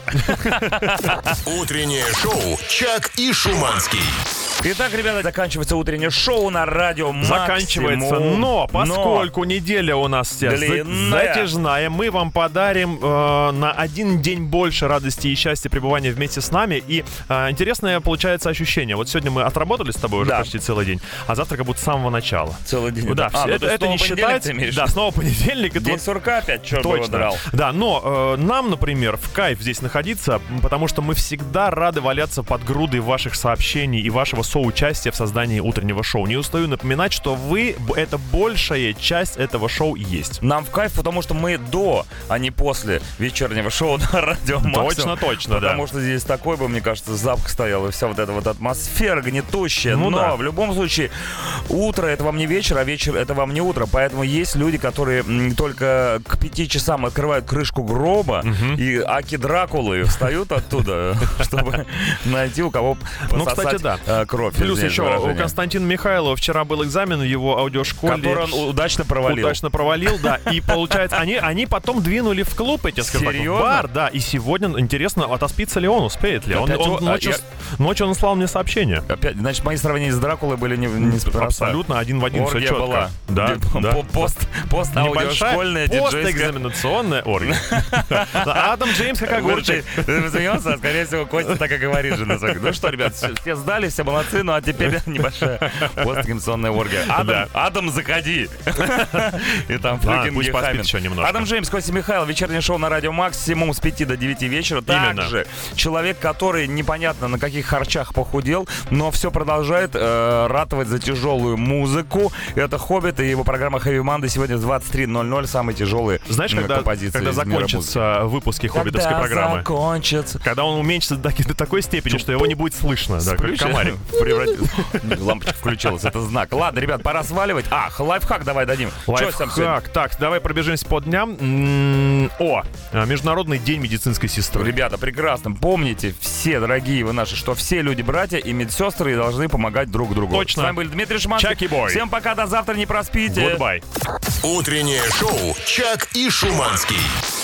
Утреннее шоу «Чак и Шуманский». Итак, ребята, заканчивается утреннее шоу на радио Максимум. Заканчивается, но поскольку но... неделя у нас вся затяжная, мы вам подарим э, на один день больше радости и счастья пребывания вместе с нами. И э, интересное получается ощущение. Вот сегодня мы отработали с тобой уже да. почти целый день, а завтра как будто с самого начала. Целый день. Да, а, это, ну, это не считается. Да, снова понедельник. День вот... сурка опять, черт Точно. его драл. Да, но э, нам, например, в кайф здесь находиться, потому что мы всегда рады валяться под грудой ваших сообщений и вашего соучастия в создании утреннего шоу. Не устаю напоминать, что вы — это большая часть этого шоу есть. Нам в кайф, потому что мы до, а не после вечернего шоу на радио Максимум. Точно, точно, потому да. Потому что здесь такой бы, мне кажется, запах стоял, и вся вот эта вот атмосфера гнетущая. Ну, Но да. в любом случае, утро — это вам не вечер, а вечер — это вам не утро. Поэтому есть люди, которые м, только к пяти часам открывают крышку гроба, uh-huh. и аки Дракулы встают оттуда, чтобы найти, у кого пососать кровь. Плюс еще у Константина Михайлова вчера был экзамен в его аудиошколе. Который он удачно провалил. Удачно провалил, да. И получается, они, они потом двинули в клуб эти, скажем так, в бар, да. И сегодня интересно, отоспится ли он, успеет ли. Он, он, ночью, я... ночью он слал мне сообщение. Опять, значит, мои сравнения с Дракулой были не, не абсолютно один в один, все четко. Была. Да, да. Пост, пост аудиошкольная, диджейская. Постэкзаменационная оргия. Адам Джеймс как огурчик. Ты смеялся, а скорее всего Костя так и говорит же. Ну что, ребят, все сдали, все молодцы, ну а теперь небольшая постэкзаменационная оргия. Адам, Адам, заходи. И там флюкинги Хамин. Адам Джеймс, Костя Михайлов, вечернее шоу на радио Максимум с пяти до девяти вечера. Также человек, который непонятно на каких харчах похудел, но все продолжает э, ратовать за тяжелую музыку. Это «Хоббит» и его программа «Хэви Манды» сегодня в двадцать три ноль ноль. Самые тяжелые Знаешь, когда, композиции. Когда закончатся выпуски «Хоббитовской» когда программы? закончится. Когда он уменьшится до, до такой степени, что его не будет слышно. Да, как комарик. Лампочка включилась, это знак. Ладно, ребят, пора сваливать. А, лайфхак давай дадим. Лайфхак. Так, давай пробежимся по дням. М-м- о, Международный день медицинской сестры. Ребята, прекрасно. Помните, все, дорогие вы наши, что все люди братья и медсестры должны помогать друг другу. Точно. С вами был Дмитрий Шуманский. Чак и Бой. Всем пока, до завтра, не проспите. Goodbye. Утреннее шоу «Чак и Шуманский».